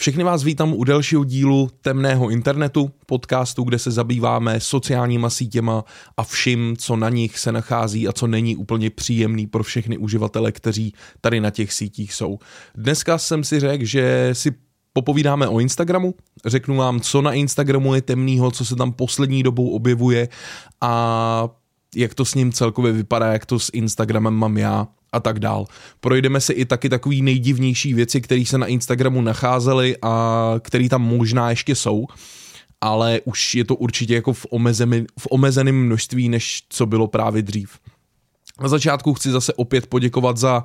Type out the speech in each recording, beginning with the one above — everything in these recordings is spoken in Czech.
Všechny vás vítám u dalšího dílu Temného internetu, podcastu, kde se zabýváme sociálníma sítěma a vším, co na nich se nachází a co není úplně příjemný pro všechny uživatele, kteří tady na těch sítích jsou. Dneska jsem si řekl, že si popovídáme o Instagramu, řeknu vám, co na Instagramu je temného, co se tam poslední dobou objevuje a jak to s ním celkově vypadá, jak to s Instagramem mám já a tak dál. Projdeme si i taky takový nejdivnější věci, které se na Instagramu nacházely a které tam možná ještě jsou, ale už je to určitě jako v omezeném množství, než co bylo právě dřív. Na začátku chci zase opět poděkovat za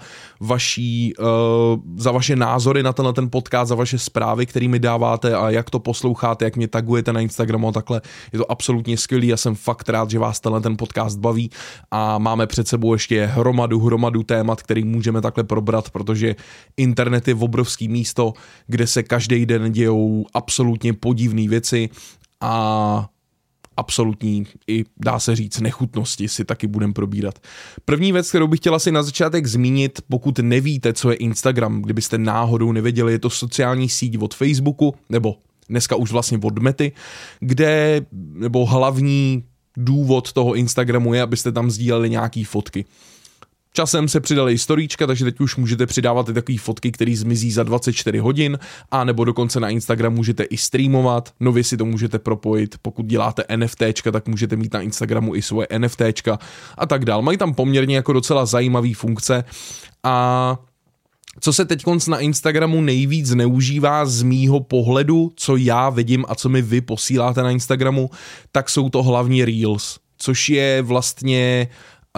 vaše názory na ten podcast, za vaše zprávy, které mi dáváte a jak to posloucháte, jak mě tagujete na Instagramu a takhle. Je to absolutně skvělý, já jsem fakt rád, že vás ten podcast baví a máme před sebou ještě hromadu témat, který můžeme takhle probrat, protože internet je obrovský místo, kde se každý den dějou absolutně podivné věci a absolutní i, dá se říct, nechutnosti si taky budeme probírat. První věc, kterou bych chtěla si na začátek zmínit, pokud nevíte, co je Instagram, kdybyste náhodou nevěděli, je to sociální síť od Facebooku, nebo dneska už vlastně od Mety, nebo hlavní důvod toho Instagramu je, abyste tam sdíleli nějaký fotky. Časem se přidali i storíčka, takže teď už můžete přidávat i takové fotky, které zmizí za 24 hodin, a nebo dokonce na Instagram můžete i streamovat, nově si to můžete propojit, pokud děláte NFTčka, tak můžete mít na Instagramu i svoje NFTčka a tak dál. Mají tam poměrně jako docela zajímavé funkce a co se teďkonc na Instagramu nejvíc zneužívá z mýho pohledu, co já vidím a co mi vy posíláte na Instagramu, tak jsou to hlavně Reels, což je vlastně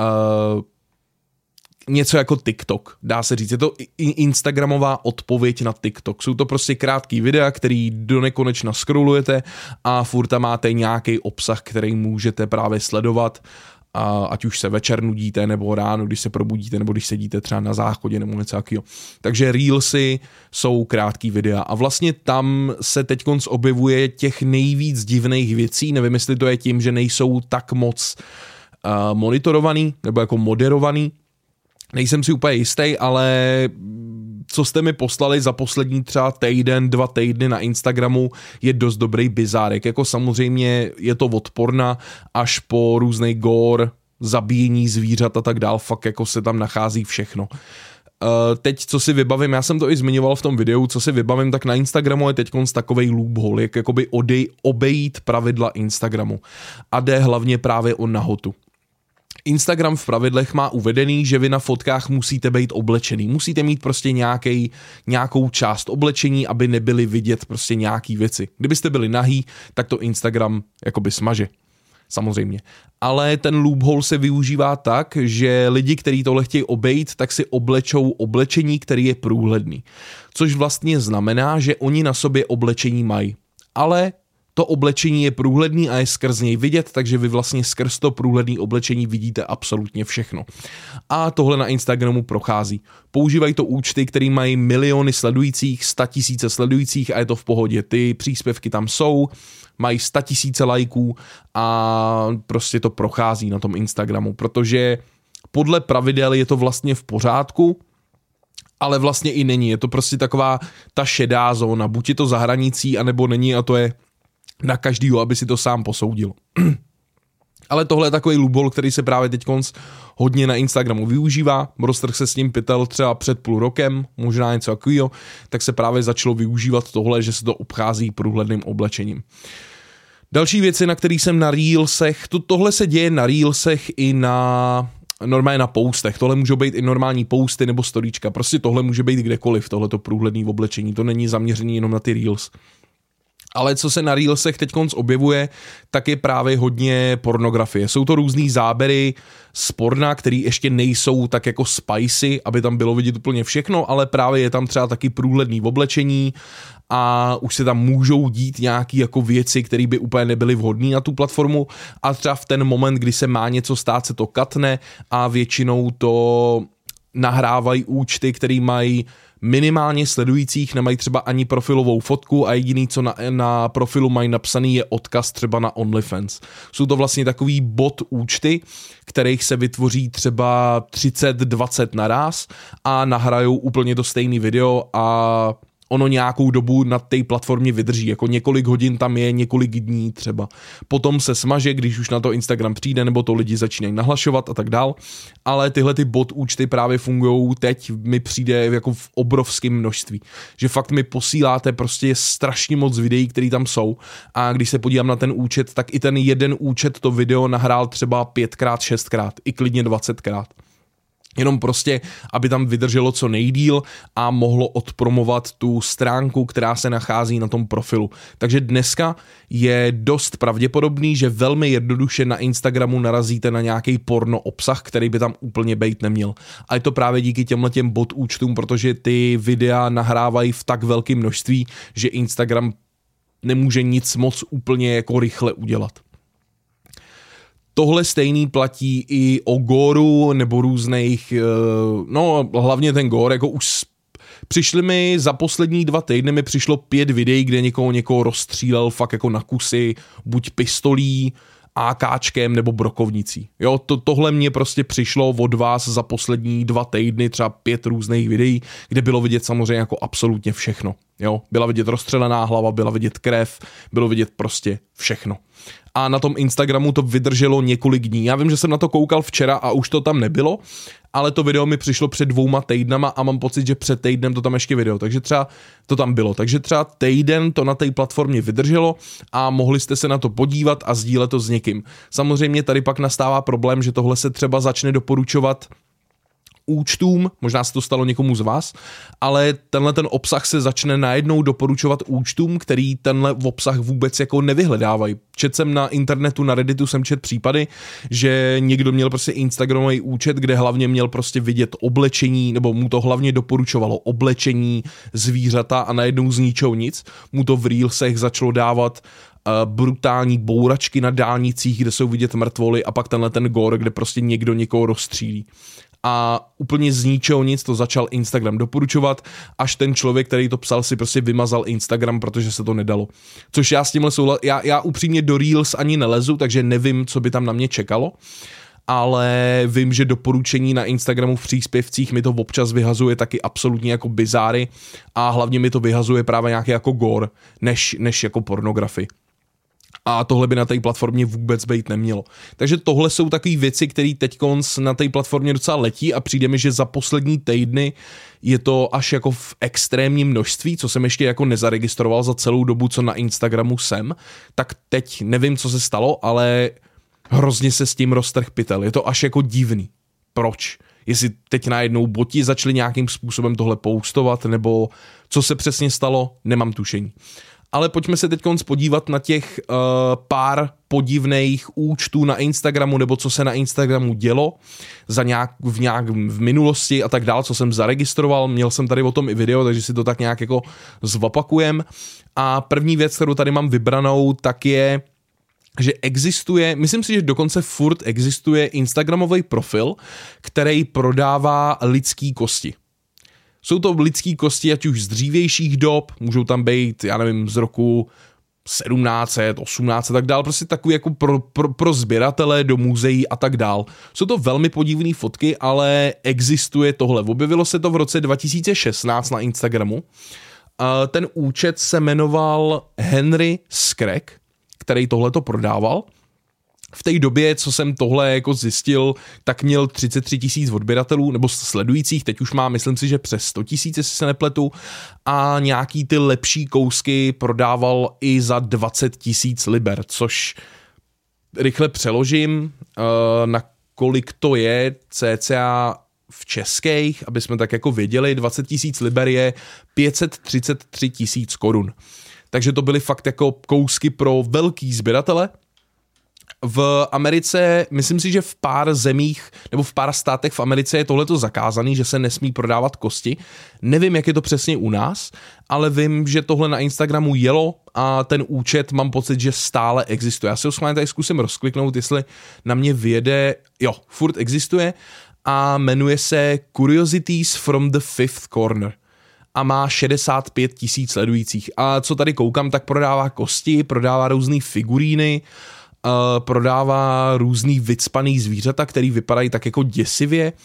něco jako TikTok, dá se říct. Je to instagramová odpověď na TikTok. Jsou to prostě krátký videa, který do nekonečna scrollujete a furt tam máte nějaký obsah, který můžete právě sledovat, a ať už se večer nudíte, nebo ráno, když se probudíte, nebo když sedíte třeba na záchodě, nebo něco takového. Takže Reelsy jsou krátký videa a vlastně tam se teďkonc objevuje těch nejvíc divných věcí. Nevím, jestli to je tím, že nejsou tak moc monitorovaný, nebo jako moderovaný. Nejsem si úplně jistý, ale co jste mi poslali za poslední třeba týden, 2 týdny na Instagramu, je dost dobrý bizárek. Jako samozřejmě je to od porna až po různej gore, zabíjení zvířat a tak dál, fakt jako se tam nachází všechno. Teď, co si vybavím, já jsem to i zmiňoval v tom videu, co si vybavím, tak na Instagramu je teďkonc takovej loophole, jak jakoby obejít pravidla Instagramu. A jde hlavně právě o nahotu. Instagram v pravidlech má uvedený, že vy na fotkách musíte být oblečený. Musíte mít prostě nějakou část oblečení, aby nebyly vidět prostě nějaký věci. Kdybyste byli nahý, tak to Instagram jakoby smaže. Samozřejmě. Ale ten loophole se využívá tak, že lidi, kteří tohle chtějí obejít, tak si oblečou oblečení, který je průhledný. Což vlastně znamená, že oni na sobě oblečení mají. Ale to oblečení je průhledný a je skrz něj vidět, takže vy vlastně skrz to průhledný oblečení vidíte absolutně všechno. A tohle na Instagramu prochází. Používají to účty, které mají miliony sledujících, 100 000 sledujících a je to v pohodě. Ty příspěvky tam jsou, mají 100 000 lajků a prostě to prochází na tom Instagramu, protože podle pravidel je to vlastně v pořádku, ale vlastně i není. Je to prostě taková ta šedá zóna. Buď je to za hranicí, anebo není, a to je na každýho, aby si to sám posoudil. Ale tohle je takový loophole, který se právě teďkonc hodně na Instagramu využívá. Roztrh se s ním pytel třeba před půl rokem, možná něco takového, tak se právě začalo využívat tohle, že se to obchází průhledným oblečením. Další věci, na kterých jsem na Reelsech, tohle se děje na Reelsech i normálně na postech. Tohle můžou být i normální posty nebo storíčka. Prostě tohle může být kdekoliv, tohleto průhledné oblečení. To není zaměřený jenom na ty Reels. Ale co se na Reelsech teďkonc objevuje, tak je právě hodně pornografie. Jsou to různý záběry z porna, které ještě nejsou tak jako spicy, aby tam bylo vidět úplně všechno, ale právě je tam třeba taky průhledný oblečení a už se tam můžou dít nějaký jako věci, které by úplně nebyly vhodné na tu platformu, a třeba v ten moment, kdy se má něco stát, se to katne a většinou to nahrávají účty, které mají minimálně sledujících, nemají třeba ani profilovou fotku a jediný, co na profilu mají napsaný, je odkaz třeba na OnlyFans. Jsou to vlastně takový bot účty, kterých se vytvoří třeba 30-20 naraz a nahrajou úplně to stejný video a ono nějakou dobu na té platformě vydrží, jako několik hodin tam je, několik dní třeba. Potom se smaže, když už na to Instagram přijde, nebo to lidi začínají nahlašovat a tak dál, ale tyhle ty bot účty právě fungují teď, mi přijde jako v obrovském množství, že fakt mi posíláte prostě strašně moc videí, které tam jsou, a když se podívám na ten účet, tak i ten jeden účet to video nahrál třeba 5x, 6x, i klidně 20x. Jenom prostě, aby tam vydrželo co nejdýl a mohlo odpromovat tu stránku, která se nachází na tom profilu. Takže dneska je dost pravděpodobný, že velmi jednoduše na Instagramu narazíte na nějaký porno obsah, který by tam úplně bejt neměl. A je to právě díky těmhletěm bot účtům, protože ty videa nahrávají v tak velkém množství, že Instagram nemůže nic moc úplně jako rychle udělat. Tohle stejný platí i o Goru nebo různých, no hlavně ten Gore, jako už přišli mi za poslední 2 týdny mi přišlo 5 videí, kde někoho rozstřílel fakt jako na kusy, buď pistolí, AKčkem nebo brokovnicí. Jo, tohle mě prostě přišlo od vás za poslední 2 týdny, třeba 5 různých videí, kde bylo vidět samozřejmě jako absolutně všechno. Jo, byla vidět rozstřelená hlava, byla vidět krev, bylo vidět prostě všechno. A na tom Instagramu to vydrželo několik dní. Já vím, že jsem na to koukal včera a už to tam nebylo, ale to video mi přišlo před 2 týdnama a mám pocit, že před týdnem to tam ještě video, takže třeba to tam bylo. Takže třeba týden to na té platformě vydrželo a mohli jste se na to podívat a sdílet to s někým. Samozřejmě tady pak nastává problém, že tohle se třeba začne doporučovat účtům, možná se to stalo někomu z vás, ale tenhle ten obsah se začne najednou doporučovat účtům, který tenhle obsah vůbec jako nevyhledávají. Četl jsem na internetu, na Redditu jsem četl případy, že někdo měl prostě Instagramový účet, kde hlavně měl prostě vidět oblečení, nebo mu to hlavně doporučovalo oblečení, zvířata a najednou z ničeho nic. Mu to v Reelsech začalo dávat brutální bouračky na dálnicích, kde jsou vidět mrtvoly a pak tenhle ten gore, kde prostě někdo někoho rozstřílí. A úplně z ničeho nic to začal Instagram doporučovat, až ten člověk, který to psal, si prostě vymazal Instagram, protože se to nedalo. Což já s tímhle já upřímně do Reels ani nelezu, takže nevím, co by tam na mě čekalo, ale vím, že doporučení na Instagramu v příspěvcích mi to občas vyhazuje taky absolutně jako bizáry a hlavně mi to vyhazuje právě nějaký jako gore, než jako pornografii. A tohle by na té platformě vůbec být nemělo. Takže tohle jsou takové věci, které teďkonc na té platformě docela letí a přijde mi, že za poslední týdny je to až jako v extrémním množství, co jsem ještě jako nezaregistroval za celou dobu, co na Instagramu jsem, tak teď nevím, co se stalo, ale hrozně se s tím roztrh pytel. Je to až jako divný. Proč? Jestli teď najednou boti začali nějakým způsobem tohle postovat, nebo co se přesně stalo, nemám tušení. Ale pojďme se teď podívat na těch pár podivných účtů na Instagramu, nebo co se na Instagramu dělo v minulosti a tak dál, co jsem zaregistroval. Měl jsem tady o tom i video, takže si to tak nějak jako zopakujem. A první věc, kterou tady mám vybranou, tak je, že existuje, myslím si, že dokonce furt existuje Instagramový profil, který prodává lidský kosti. Jsou to lidský kosti, ať už z dřívějších dob, můžou tam být, já nevím, z roku 1700, 1800 a tak dál, prostě takový jako pro sběratele do muzeí a tak dál. Jsou to velmi podivné fotky, ale existuje tohle. Objevilo se to v roce 2016 na Instagramu. Ten účet se jmenoval Henry Scrag, který tohleto prodával. V té době, co jsem tohle jako zjistil, tak měl 33 000 odběratelů, nebo sledujících, teď už má, myslím si, že přes 100 000, jestli se nepletu, a nějaký ty lepší kousky prodával i za 20 000 liber, což rychle přeložím, na kolik to je cca v českých, aby jsme tak jako věděli, 20 000 liber je 533 000 korun. Takže to byly fakt jako kousky pro velký sběratele. V Americe, myslím si, že v pár zemích nebo v pár státech v Americe je tohleto zakázaný, že se nesmí prodávat kosti. Nevím, jak je to přesně u nás, ale vím, že tohle na Instagramu jelo a ten účet mám pocit, že stále existuje. Já si ho schválně tady zkusím rozkliknout, jestli na mě vyjede, jo, furt existuje a jmenuje se Curiosities from the Fifth Corner. A má 65 000 sledujících. A co tady koukám, tak prodává kosti, prodává různý figuríny, prodává různý vycpaný zvířata, který vypadají tak jako děsivě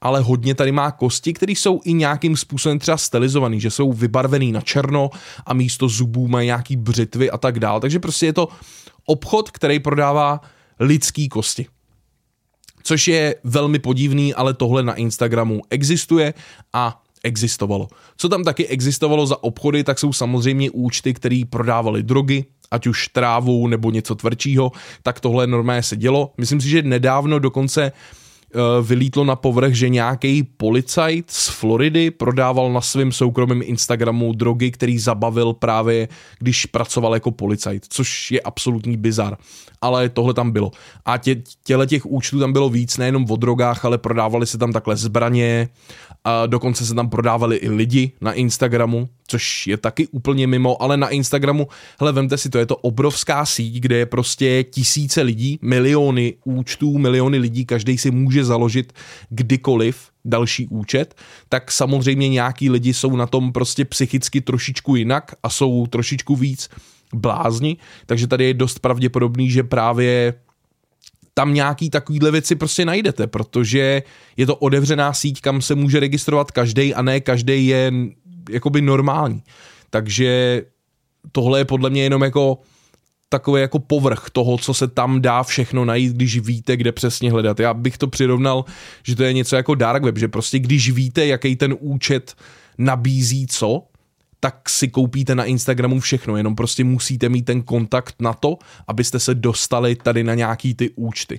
ale hodně tady má kosti, které jsou i nějakým způsobem třeba stylizovaný, že jsou vybarvený na černo a místo zubů mají nějaký břitvy a tak dál. Takže prostě je to obchod, který prodává lidský kosti. Což je velmi podivný, ale tohle na Instagramu existuje a existovalo. Co tam taky existovalo za obchody, tak jsou samozřejmě účty, které prodávaly drogy, ať už trávu nebo něco tvrdšího, tak tohle normálně se dělo. Myslím si, že nedávno dokonce vylítlo na povrch, že nějaký policajt z Floridy prodával na svém soukromém Instagramu drogy, který zabavil právě, když pracoval jako policajt, což je absolutní bizar. Ale tohle tam bylo. A těch účtů tam bylo víc, nejenom o drogách, ale prodávali se tam takhle zbraně, a dokonce se tam prodávali i lidi na Instagramu, což je taky úplně mimo, ale na Instagramu, hele, vemte si to, je to obrovská síť, kde je prostě tisíce lidí, miliony účtů, miliony lidí, každý si může založit kdykoliv další účet, tak samozřejmě nějaký lidi jsou na tom prostě psychicky trošičku jinak a jsou trošičku víc blázni, takže tady je dost pravděpodobný, že právě tam nějaký takovýhle věci prostě najdete, protože je to otevřená síť, kam se může registrovat každej a ne každej je jakoby normální. Takže tohle je podle mě jenom jako takový jako povrch toho, co se tam dá všechno najít, když víte, kde přesně hledat. Já bych to přirovnal, že to je něco jako dark web, že prostě když víte, jaký ten účet nabízí co, tak si koupíte na Instagramu všechno, jenom prostě musíte mít ten kontakt na to, abyste se dostali tady na nějaký ty účty.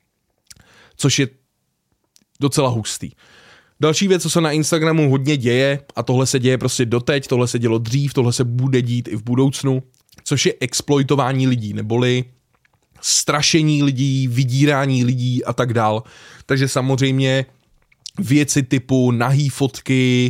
Což je docela hustý. Další věc, co se na Instagramu hodně děje, a tohle se děje prostě doteď, tohle se dělo dřív, tohle se bude dít i v budoucnu, což je exploitování lidí, neboli strašení lidí, vydírání lidí a tak dál. Takže samozřejmě věci typu nahý fotky,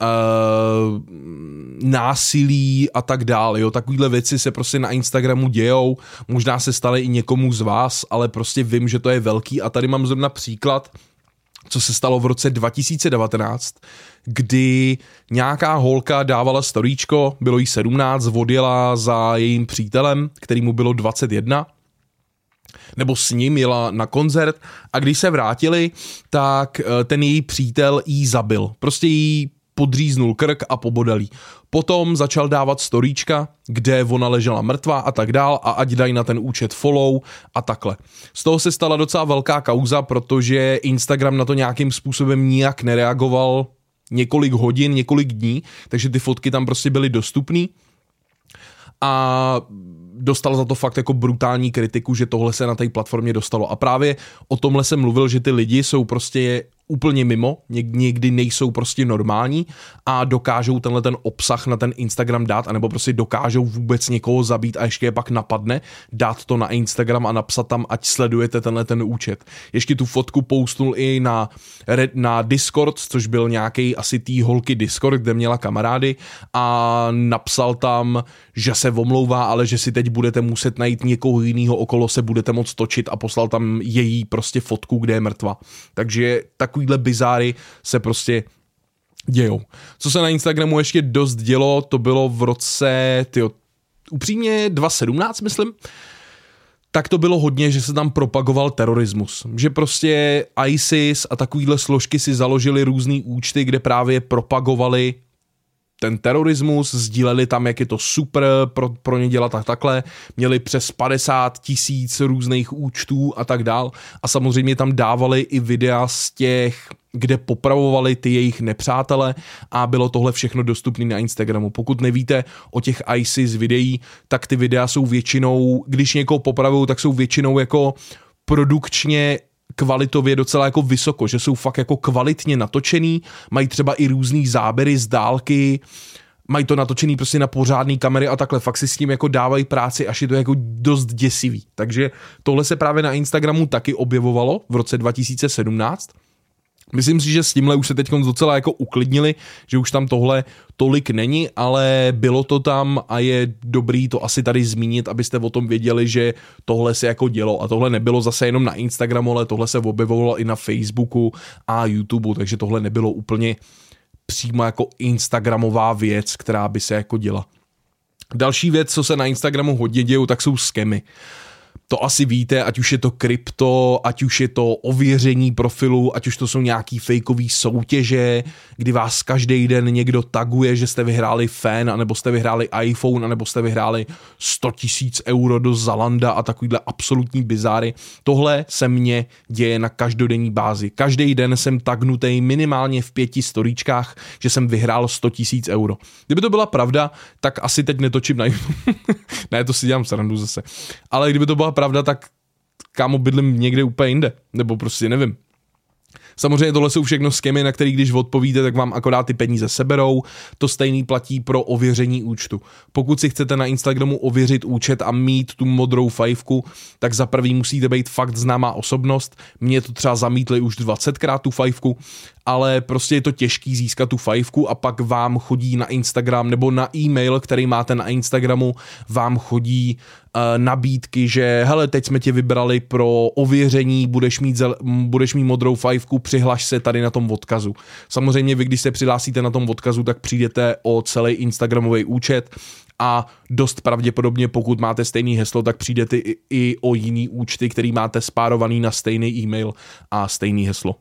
násilí a tak dále, jo, takovýhle věci se prostě na Instagramu dějou, možná se staly i někomu z vás, ale prostě vím, že to je velký a tady mám zrovna příklad, co se stalo v roce 2019, kdy nějaká holka dávala storíčko, bylo jí 17, odjela za jejím přítelem, který mu bylo 21, nebo s ním jela na koncert a když se vrátili, tak ten její přítel jí zabil. Prostě jí podříznul krk a pobodal jí. Potom začal dávat storíčka, kde ona ležela mrtvá a tak dál a ať dají na ten účet follow a takhle. Z toho se stala docela velká kauza, protože Instagram na to nějakým způsobem nijak nereagoval několik hodin, několik dní, takže ty fotky tam prostě byly dostupný a dostal za to fakt jako brutální kritiku, že tohle se na té platformě dostalo. A právě o tomhle jsem mluvil, že ty lidi jsou prostě úplně mimo, někdy nejsou prostě normální a dokážou tenhle ten obsah na ten Instagram dát, anebo prostě dokážou vůbec někoho zabít a ještě je pak napadne, dát to na Instagram a napsat tam, ať sledujete tenhle ten účet. Ještě tu fotku postnul i na Discord, což byl nějaký asi tý holky Discord, kde měla kamarády a napsal tam, že se omlouvá, ale že si teď budete muset najít někoho jiného okolo, se budete moc točit a poslal tam její prostě fotku, kde je mrtva. Takže takovýhle bizáry se prostě dějou. Co se na Instagramu ještě dost dělo, to bylo v roce, upřímně 2017, myslím, tak to bylo hodně, že se tam propagoval terorismus. Že prostě ISIS a takovýhle složky si založili různý účty, kde právě propagovali ten terorismus, sdíleli tam, jak je to super pro ně dělat a takhle, měli přes 50 000 různých účtů a tak dál a samozřejmě tam dávali i videa z těch, kde popravovali ty jejich nepřátele a bylo tohle všechno dostupné na Instagramu. Pokud nevíte o těch ISIS videí, tak ty videa jsou většinou, když někoho popravují, tak jsou většinou jako produkčně kvalitově docela jako vysoko, že jsou fakt jako kvalitně natočený, mají třeba i různý záběry z dálky, mají to natočený prostě na pořádný kamery a takhle, fakt si s tím jako dávají práci, až je to jako dost děsivý. Takže tohle se právě na Instagramu taky objevovalo v roce 2017. Myslím si, že s tímhle už se teď docela jako uklidnili, že už tam tohle tolik není, ale bylo to tam a je dobrý to asi tady zmínit, abyste o tom věděli, že tohle se jako dělo a tohle nebylo zase jenom na Instagramu, ale tohle se objevovalo i na Facebooku a YouTube, takže tohle nebylo úplně přímo jako instagramová věc, která by se jako děla. Další věc, co se na Instagramu hodně dějou, tak jsou skemy. to asi víte, ať už je to krypto, ať už je to ověření profilu, ať už to jsou nějaký fejkový soutěže, kdy vás každý den někdo taguje, že jste vyhráli fan, anebo jste vyhráli iPhone, anebo jste vyhráli 100 000 euro do Zalanda a takovýhle absolutní bizáry. Tohle se mně děje na každodenní bázi. Každý den jsem tagnutý minimálně v 5 storíčkách, že jsem vyhrál 100 000 euro. Kdyby to byla pravda, tak asi teď netočím na YouTube. Ne, to si dělám srandu zase. Ale kdyby to byla pravda, tak kámo bydlím někde úplně jinde. Nebo prostě nevím. Samozřejmě tohle jsou všechno skemy, na který když odpovíte, tak vám akorát ty peníze seberou. To stejný platí pro ověření účtu. Pokud si chcete na Instagramu ověřit účet a mít tu modrou fajfku, tak za prvý musíte být fakt známá osobnost. Mě to třeba zamítli už 20krát tu fajfku, ale prostě je to těžký získat tu fajfku a pak vám chodí na Instagram nebo na e-mail, který máte na Instagramu, vám chodí nabídky, že hele, teď jsme tě vybrali pro ověření, budeš mít modrou fajfku, přihlaš se tady na tom odkazu. Samozřejmě vy, když se přihlásíte na tom odkazu, tak přijdete o celý Instagramový účet a dost pravděpodobně, pokud máte stejný heslo, tak přijdete i o jiný účty, který máte spárovaný na stejný e-mail a stejný heslo.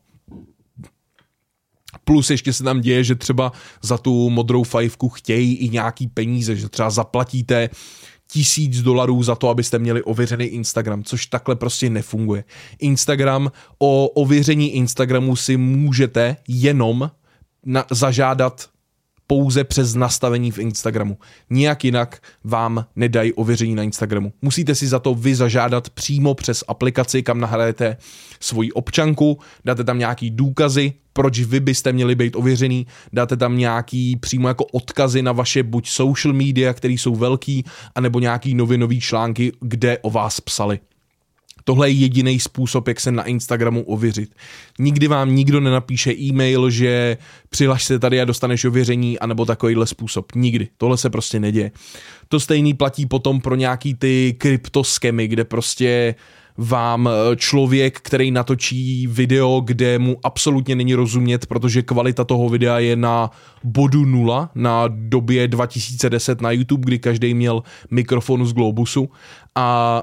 Plus ještě se tam děje, že třeba za tu modrou fajfku chtějí i nějaký peníze, že třeba zaplatíte $1000 za to, abyste měli ověřený Instagram, což takhle prostě nefunguje. O ověření Instagramu si můžete jenom zažádat pouze přes nastavení v Instagramu. Nijak jinak vám nedají ověření na Instagramu. Musíte si za to vy zažádat přímo přes aplikaci, kam nahrajete svoji občanku, dáte tam nějaký důkazy, proč vy byste měli být ověřený, dáte tam nějaký přímo jako odkazy na vaše buď social media, které jsou velký, anebo nějaký novinový články, kde o vás psali. Tohle je jediný způsob, jak se na Instagramu ověřit. Nikdy vám nikdo nenapíše e-mail, že přihlaš se tady a dostaneš ověření, anebo takovýhle způsob. Nikdy. Tohle se prostě neděje. To stejný platí potom pro nějaký ty kryptoskemy, kde prostě vám člověk, který natočí video, kde mu absolutně není rozumět, protože kvalita toho videa je na bodu 0 na době 2010 na YouTube, kdy každý měl mikrofon z Globusu a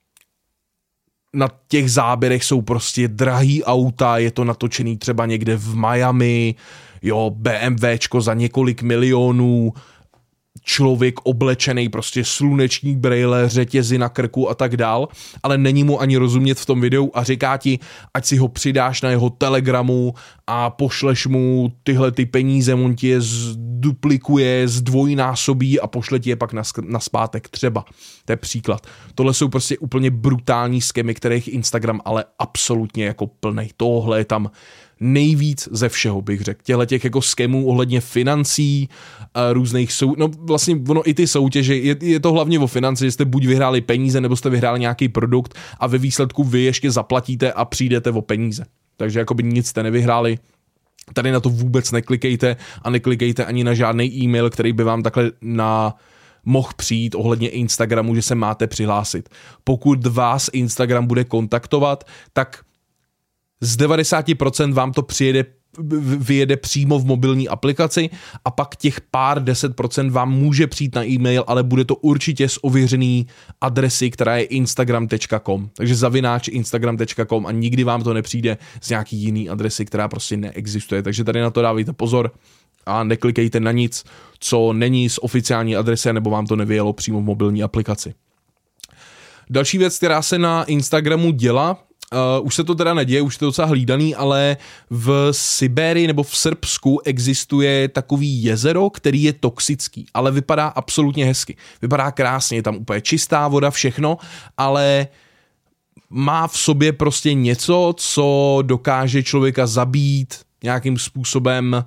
na těch záběrech jsou prostě drahý auta, je to natočený třeba někde v Miami, jo, BMWčko za několik milionů, člověk oblečený, prostě sluneční brejle, řetězy na krku a tak dál, ale není mu ani rozumět v tom videu a říká ti, ať si ho přidáš na jeho Telegramu a pošleš mu tyhle ty peníze, on ti je zduplikuje, zdvojnásobí a pošle ti je pak naspátek třeba. To je příklad. Tohle jsou prostě úplně brutální skemy, kterých Instagram ale absolutně jako plnej. Tohle je tam nejvíc ze všeho, bych řekl. Těch jako skemů ohledně financí, různých no vlastně ono i ty soutěže, je to hlavně o financi, že jste buď vyhráli peníze, nebo jste vyhráli nějaký produkt a ve výsledku vy ještě zaplatíte a přijdete o peníze. Takže jakoby nic jste nevyhráli. Tady na to vůbec neklikejte a neklikejte ani na žádný e-mail, který by vám takhle mohl přijít ohledně Instagramu, že se máte přihlásit. Pokud vás Instagram bude kontaktovat, tak z 90% vám to vyjede přímo v mobilní aplikaci a pak těch pár 10% vám může přijít na e-mail, ale bude to určitě z ověřený adresy, která je instagram.com. Takže @instagram.com a nikdy vám to nepřijde z nějaký jiný adresy, která prostě neexistuje. Takže tady na to dávejte pozor a neklikejte na nic, co není z oficiální adresy, nebo vám to nevyjelo přímo v mobilní aplikaci. Další věc, která se na Instagramu dělá, už se to teda neděje, už je to docela hlídaný, ale v Siberii nebo v Srbsku existuje takový jezero, který je toxický, ale vypadá absolutně hezky. Vypadá krásně, je tam úplně čistá voda, všechno, ale má v sobě prostě něco, co dokáže člověka zabít nějakým způsobem,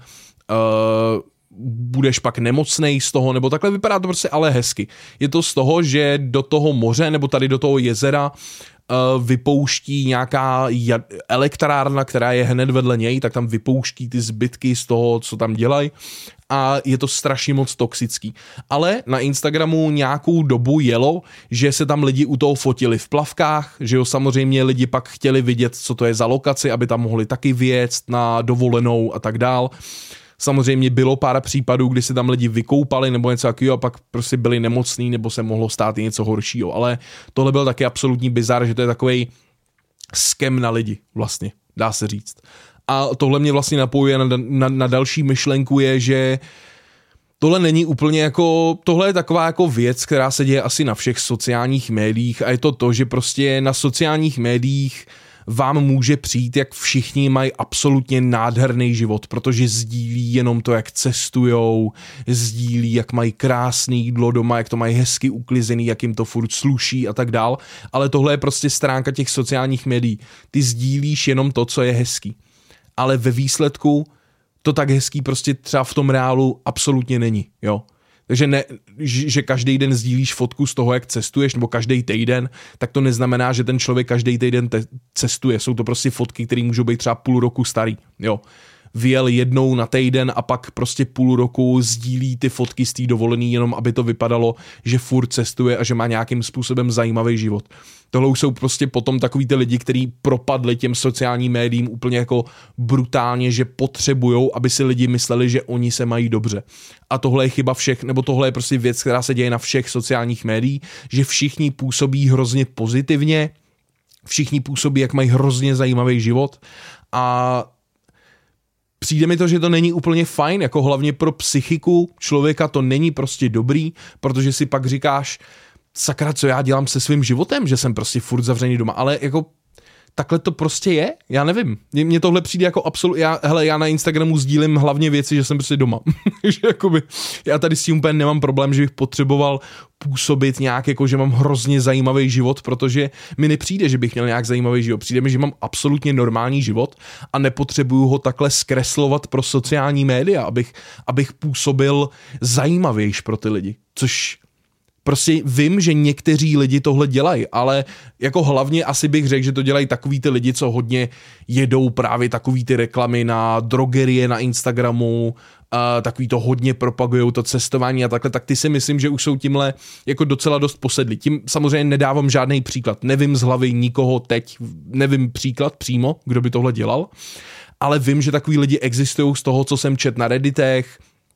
budeš pak nemocnej z toho, nebo takhle vypadá to prostě ale hezky. Je to z toho, že do toho moře nebo tady do toho jezera vypouští nějaká elektrárna, která je hned vedle něj, tak tam vypouští ty zbytky z toho, co tam dělají a je to strašně moc toxický. Ale na Instagramu nějakou dobu jelo, že se tam lidi u toho fotili v plavkách, že jo, samozřejmě lidi pak chtěli vidět, co to je za lokaci, aby tam mohli taky vyjet na dovolenou a tak dál. Samozřejmě bylo pár případů, kdy se tam lidi vykoupali nebo něco takového a pak prostě byli nemocní nebo se mohlo stát i něco horšího, ale tohle byl taky absolutní bizar, že to je takovej scam na lidi vlastně, dá se říct. A tohle mě vlastně napojuje na další myšlenku je, že tohle není úplně jako, tohle je taková jako věc, která se děje asi na všech sociálních médiích a je to, že prostě na sociálních médiích vám může přijít, jak všichni mají absolutně nádherný život, protože sdílí jenom to, jak cestujou, sdílí, jak mají krásný jídlo doma, jak to mají hezky uklizený, jak jim to furt sluší a tak dál, ale tohle je prostě stránka těch sociálních médií. Ty sdílíš jenom to, co je hezký, ale ve výsledku to tak hezký prostě třeba v tom reálu absolutně není, jo. Takže ne, že každý den sdílíš fotku z toho, jak cestuješ, nebo každý týden, tak to neznamená, že ten člověk každý týden cestuje. Jsou to prostě fotky, které můžou být třeba půl roku starý, jo. Vyjel jednou na týden a pak prostě půl roku sdílí ty fotky z té dovolený, jenom aby to vypadalo, že furt cestuje a že má nějakým způsobem zajímavý život. Tohle už jsou prostě potom takový ty lidi, kteří propadli těm sociálním médiím úplně jako brutálně, že potřebujou, aby si lidi mysleli, že oni se mají dobře. A tohle je chyba všech, nebo tohle je prostě věc, která se děje na všech sociálních médiích, že všichni působí hrozně pozitivně, všichni působí, jak mají hrozně zajímavý život a přijde mi to, že to není úplně fajn, jako hlavně pro psychiku člověka to není prostě dobrý, protože si pak říkáš, sakra, co já dělám se svým životem, že jsem prostě furt zavřený doma, ale jako takhle to prostě je, já nevím, mně tohle přijde jako absolutně, já na Instagramu sdílím hlavně věci, že jsem prostě doma, že jakoby, já tady s tím úplně nemám problém, že bych potřeboval působit nějak jako, že mám hrozně zajímavý život, protože mi nepřijde, že bych měl nějak zajímavý život, přijde mi, že mám absolutně normální život a nepotřebuju ho takhle zkreslovat pro sociální média, abych působil zajímavějš pro ty lidi, což prostě vím, že někteří lidi tohle dělají, ale jako hlavně asi bych řekl, že to dělají takový ty lidi, co hodně jedou právě takový ty reklamy na drogerie na Instagramu, takový to hodně propagujou to cestování a takhle, tak ty si myslím, že už jsou tímhle jako docela dost posedlí. Tím samozřejmě nedávám žádný příklad, nevím z hlavy nikoho teď, nevím příklad přímo, kdo by tohle dělal, ale vím, že takový lidi existují z toho, co jsem čet na Redditech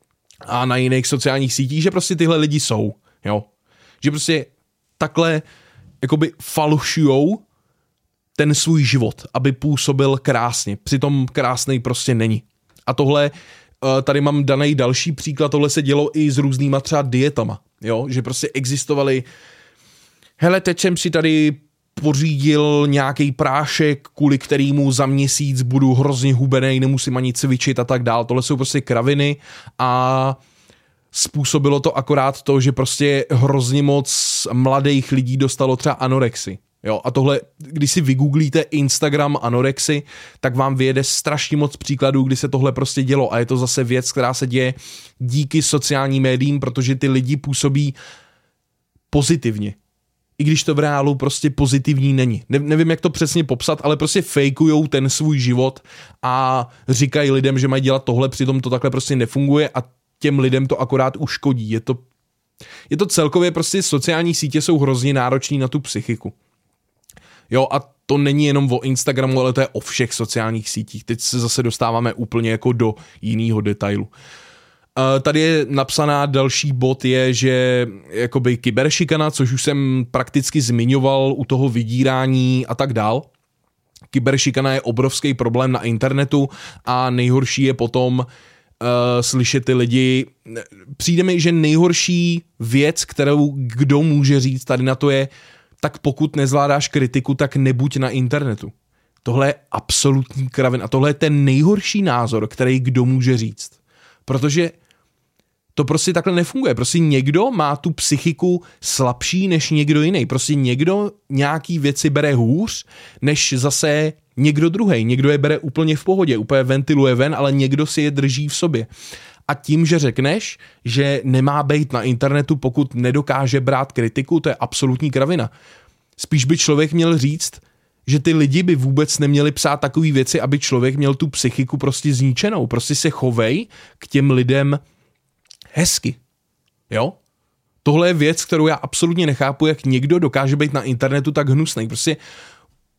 a na jiných sociálních sítích, že prostě tyhle lidi jsou, jo. Že prostě takhle jakoby falšujou ten svůj život, aby působil krásně. Přitom krásnej prostě není. A tohle, tady mám daný další příklad, tohle se dělo i s různýma třeba dietama, jo? Že prostě existovaly, hele, teď jsem si tady pořídil nějaký prášek, kvůli kterému za měsíc budu hrozně hubenej, nemusím ani cvičit a tak dál. Tohle jsou prostě kraviny a způsobilo to akorát to, že prostě hrozně moc mladých lidí dostalo třeba anorexii. Jo, a tohle, když si vygooglíte Instagram anorexii, tak vám vyjede strašně moc příkladů, kdy se tohle prostě dělo a je to zase věc, která se děje díky sociálním médiím, protože ty lidi působí pozitivně. I když to v reálu prostě pozitivní není. Nevím, jak to přesně popsat, ale prostě fejkujou ten svůj život a říkají lidem, že mají dělat tohle, přitom to takhle prostě nefunguje a těm lidem to akorát uškodí. Je to celkově prostě sociální sítě jsou hrozně náročný na tu psychiku. Jo, a to není jenom o Instagramu, ale to je o všech sociálních sítích. Teď se zase dostáváme úplně jako do jiného detailu. Tady je napsaná další bod je, že jakoby kyberšikana, což už jsem prakticky zmiňoval u toho vydírání a tak dál. Kyberšikana je obrovský problém na internetu a nejhorší je potom slyšet ty lidi. Přijde mi, že nejhorší věc, kterou kdo může říct tady na to je, tak pokud nezvládáš kritiku, tak nebuď na internetu. Tohle je absolutní kravin a tohle je ten nejhorší názor, který kdo může říct. Protože to prostě takhle nefunguje. Prostě někdo má tu psychiku slabší než někdo jiný. Prostě někdo nějaký věci bere hůř, než zase někdo druhej. Někdo je bere úplně v pohodě, úplně ventiluje ven, ale někdo si je drží v sobě. A tím, že řekneš, že nemá být na internetu, pokud nedokáže brát kritiku, to je absolutní kravina. Spíš by člověk měl říct, že ty lidi by vůbec neměli psát takové věci, aby člověk měl tu psychiku prostě zničenou. Prostě se chovej k těm lidem hezky. Jo? Tohle je věc, kterou já absolutně nechápu, jak někdo dokáže být na internetu tak hnusnej. Prostě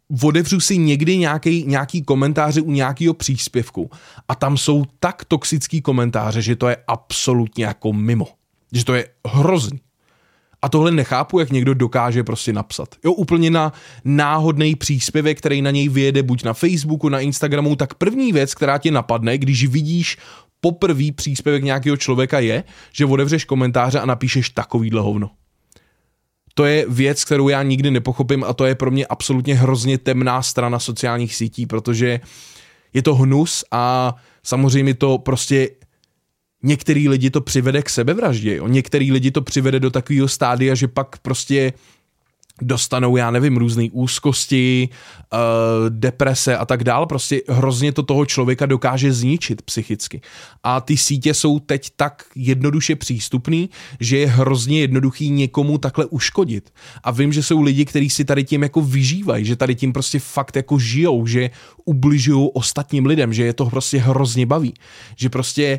otevřu si někdy nějaký komentáře u nějakého příspěvku a tam jsou tak toxický komentáře, že to je absolutně jako mimo. Že to je hrozný. A tohle nechápu, jak někdo dokáže prostě napsat. Jo, úplně na náhodný příspěvek, který na něj vyjede buď na Facebooku, na Instagramu, tak první věc, která tě napadne, když vidíš poprvý příspěvek nějakého člověka je, že otevřeš komentáře a napíšeš takovýhle hovno. To je věc, kterou já nikdy nepochopím a to je pro mě absolutně hrozně temná strana sociálních sítí, protože je to hnus a samozřejmě to prostě některý lidi to přivede k sebevraždě, jo? Některý lidi to přivede do takového stádia, že pak prostě dostanou, já nevím, různé úzkosti, deprese a tak dál, prostě hrozně to toho člověka dokáže zničit psychicky. A ty sítě jsou teď tak jednoduše přístupný, že je hrozně jednoduchý někomu takhle uškodit. A vím, že jsou lidi, kteří si tady tím jako vyžívají, že tady tím prostě fakt jako žijou, že ubližují ostatním lidem, že je to prostě hrozně baví, že prostě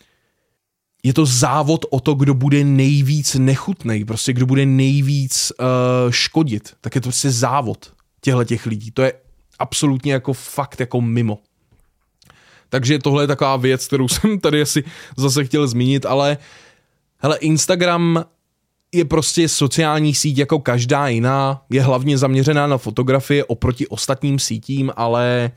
je to závod o to, kdo bude nejvíc nechutnej, prostě kdo bude nejvíc škodit. Tak je to prostě závod těch lidí. To je absolutně jako fakt jako mimo. Takže tohle je taková věc, kterou jsem tady asi zase chtěl zmínit, ale hele, Instagram je prostě sociální síť jako každá jiná, je hlavně zaměřená na fotografie oproti ostatním sítím, ale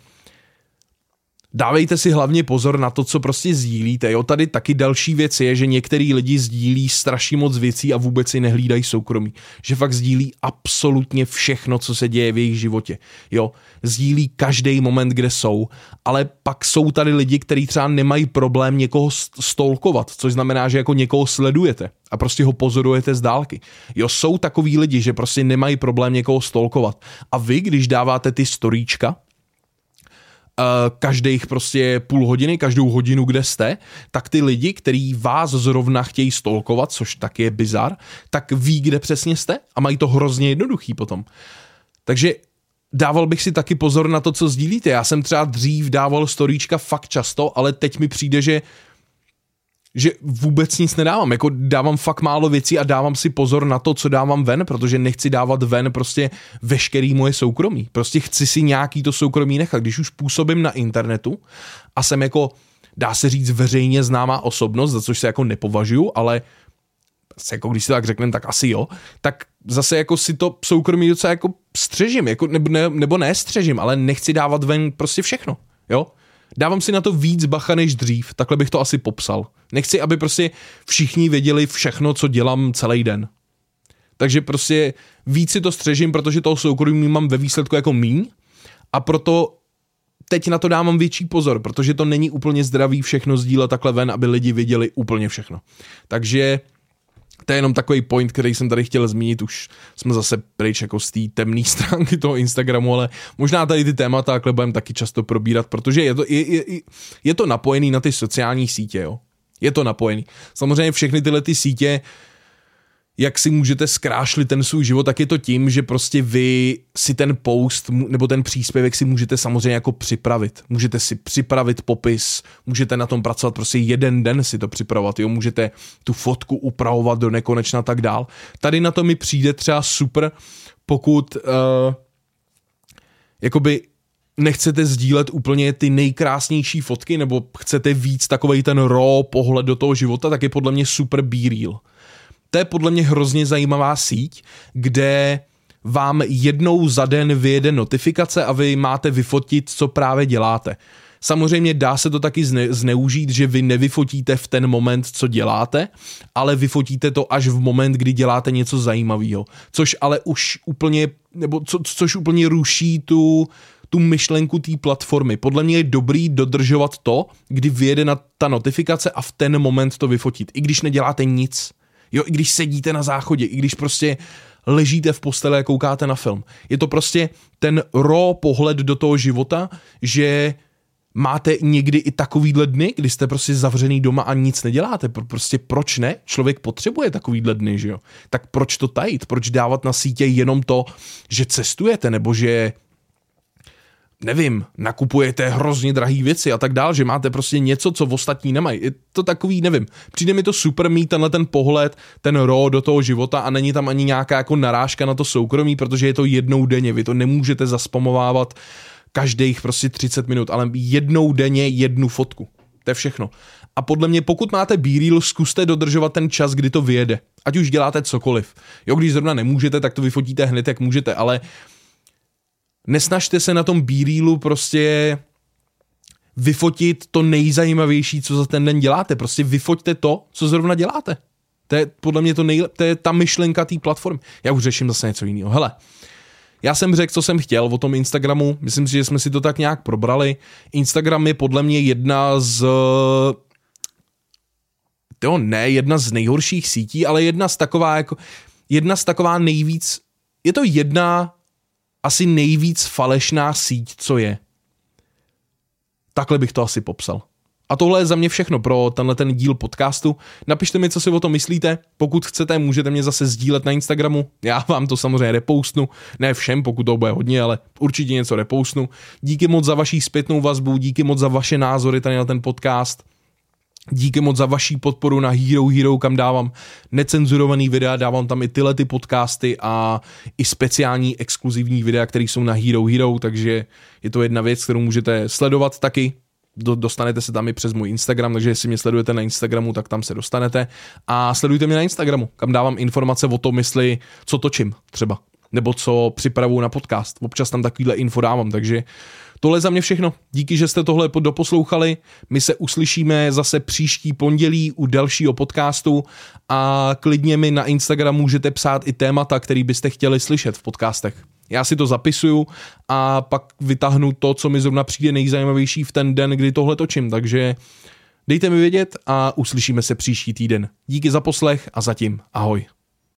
dávejte si hlavně pozor na to, co prostě sdílíte. Jo, tady taky další věc je, že některý lidi sdílí strašně moc věcí a vůbec si nehlídají soukromí. Že fakt sdílí absolutně všechno, co se děje v jejich životě. Jo, sdílí každý moment, kde jsou, ale pak jsou tady lidi, kteří třeba nemají problém někoho stalkovat, což znamená, že jako někoho sledujete a prostě ho pozorujete z dálky. Jo, jsou takový lidi, že prostě nemají problém někoho stalkovat. A vy, když dáváte ty storíčka, každých prostě půl hodiny, každou hodinu, kde jste, tak ty lidi, kteří vás zrovna chtějí stalkovat, což taky je bizar, tak ví, kde přesně jste a mají to hrozně jednoduchý potom. Takže dával bych si taky pozor na to, co sdílíte. Já jsem třeba dřív dával storíčka fakt často, ale teď mi přijde, že vůbec nic nedávám, jako dávám fakt málo věcí a dávám si pozor na to, co dávám ven, protože nechci dávat ven prostě veškerý moje soukromí. Prostě chci si nějaký to soukromí nechat. Když už působím na internetu a jsem jako, dá se říct, veřejně známá osobnost, za což se jako nepovažuju, ale jako když si tak řekneme, tak asi jo, tak zase jako si to soukromí docela jako střežím, jako, nebo ne střežím, ale nechci dávat ven prostě všechno, jo. Dávám si na to víc bacha než dřív, takhle bych to asi popsal. Nechci, aby prostě všichni věděli všechno, co dělám celý den. Takže prostě víc si to střežím, protože toho soukromí mám ve výsledku jako míň a proto teď na to dávám větší pozor, protože to není úplně zdravý všechno sdílet takhle ven, aby lidi viděli úplně všechno. Takže to je jenom takový point, který jsem tady chtěl zmínit, už jsme zase pryč jako z té temné stránky toho Instagramu, ale možná tady ty témata takhle budeme taky často probírat, protože je to napojený na ty sociální sítě, jo. Je to napojený. Samozřejmě všechny tyhle ty sítě, jak si můžete zkrášlit ten svůj život, tak je to tím, že prostě vy si ten post nebo ten příspěvek si můžete samozřejmě jako připravit. Můžete si připravit popis, můžete na tom pracovat prostě jeden den si to připravovat, jo, můžete tu fotku upravovat do nekonečna tak dál. Tady na to mi přijde třeba super, pokud jakoby nechcete sdílet úplně ty nejkrásnější fotky nebo chcete víc takovej ten raw pohled do toho života, tak je podle mě super BeReal. To je podle mě hrozně zajímavá síť, kde vám jednou za den vyjede notifikace a vy máte vyfotit, co právě děláte. Samozřejmě dá se to taky zneužít, že vy nevyfotíte v ten moment, co děláte, ale vyfotíte to až v moment, kdy děláte něco zajímavého. Což ale už úplně, nebo což úplně ruší tu myšlenku té platformy. Podle mě je dobrý dodržovat to, kdy vyjede ta notifikace a v ten moment to vyfotit. I když neděláte nic. Jo, i když sedíte na záchodě, i když prostě ležíte v posteli a koukáte na film. Je to prostě ten raw pohled do toho života, že máte někdy i takovýhle dny, kdy jste prostě zavřený doma a nic neděláte. Prostě proč ne? Člověk potřebuje takovýhle dny, že jo? Tak proč to tajit? Proč dávat na sítě jenom to, že cestujete, nebo že nevím, nakupujete hrozně drahý věci a tak dál, že máte prostě něco, co ostatní nemají. Je to takový, nevím, přijde mi to super mít tenhle ten pohled, ten raw do toho života a není tam ani nějaká jako narážka na to soukromí, protože je to jednou denně, vy to nemůžete zaspamovávat každých prostě 30 minut, ale jednou denně jednu fotku. To je všechno. A podle mě, pokud máte B-reel, zkuste dodržovat ten čas, kdy to vyjede. Ať už děláte cokoliv. Jo, když zrovna nemůžete, tak to vyfotíte hned, jak můžete, ale nesnažte se na tom B-reelu prostě vyfotit to nejzajímavější, co za ten den děláte. Prostě vyfoťte to, co zrovna děláte. To je podle mě to je ta myšlenka té platformy. Já už řeším zase něco jiného. Hele, já jsem řekl, co jsem chtěl o tom Instagramu. Myslím si, že jsme si to tak nějak probrali. Instagram je podle mě jedna z nejhorších sítí, ale jedna z taková nejvíc, je to jedna asi nejvíc falešná síť, co je. Takhle bych to asi popsal. A tohle je za mě všechno pro tenhle ten díl podcastu. Napište mi, co si o tom myslíte. Pokud chcete, můžete mě zase sdílet na Instagramu. Já vám to samozřejmě repostnu. Ne všem, pokud to bude hodně, ale určitě něco repostnu. Díky moc za vaši zpětnou vazbu, díky moc za vaše názory tady na ten podcast. Díky moc za vaši podporu na Hero, kam dávám necenzurovaný videa, dávám tam i tyhle ty podcasty a i speciální exkluzivní videa, které jsou na Hero, takže je to jedna věc, kterou můžete sledovat taky. Dostanete se tam i přes můj Instagram, takže jestli mě sledujete na Instagramu, tak tam se dostanete. A sledujte mě na Instagramu, kam dávám informace o tom, co točím třeba, nebo co připravuju na podcast. Občas tam takovýhle info dávám, takže tohle za mě všechno. Díky, že jste tohle doposlouchali. My se uslyšíme zase příští pondělí u dalšího podcastu a klidně mi na Instagramu můžete psát i témata, který byste chtěli slyšet v podcastech. Já si to zapisuju a pak vytáhnu to, co mi zrovna přijde nejzajímavější v ten den, kdy tohle točím. Takže dejte mi vědět a uslyšíme se příští týden. Díky za poslech a zatím ahoj.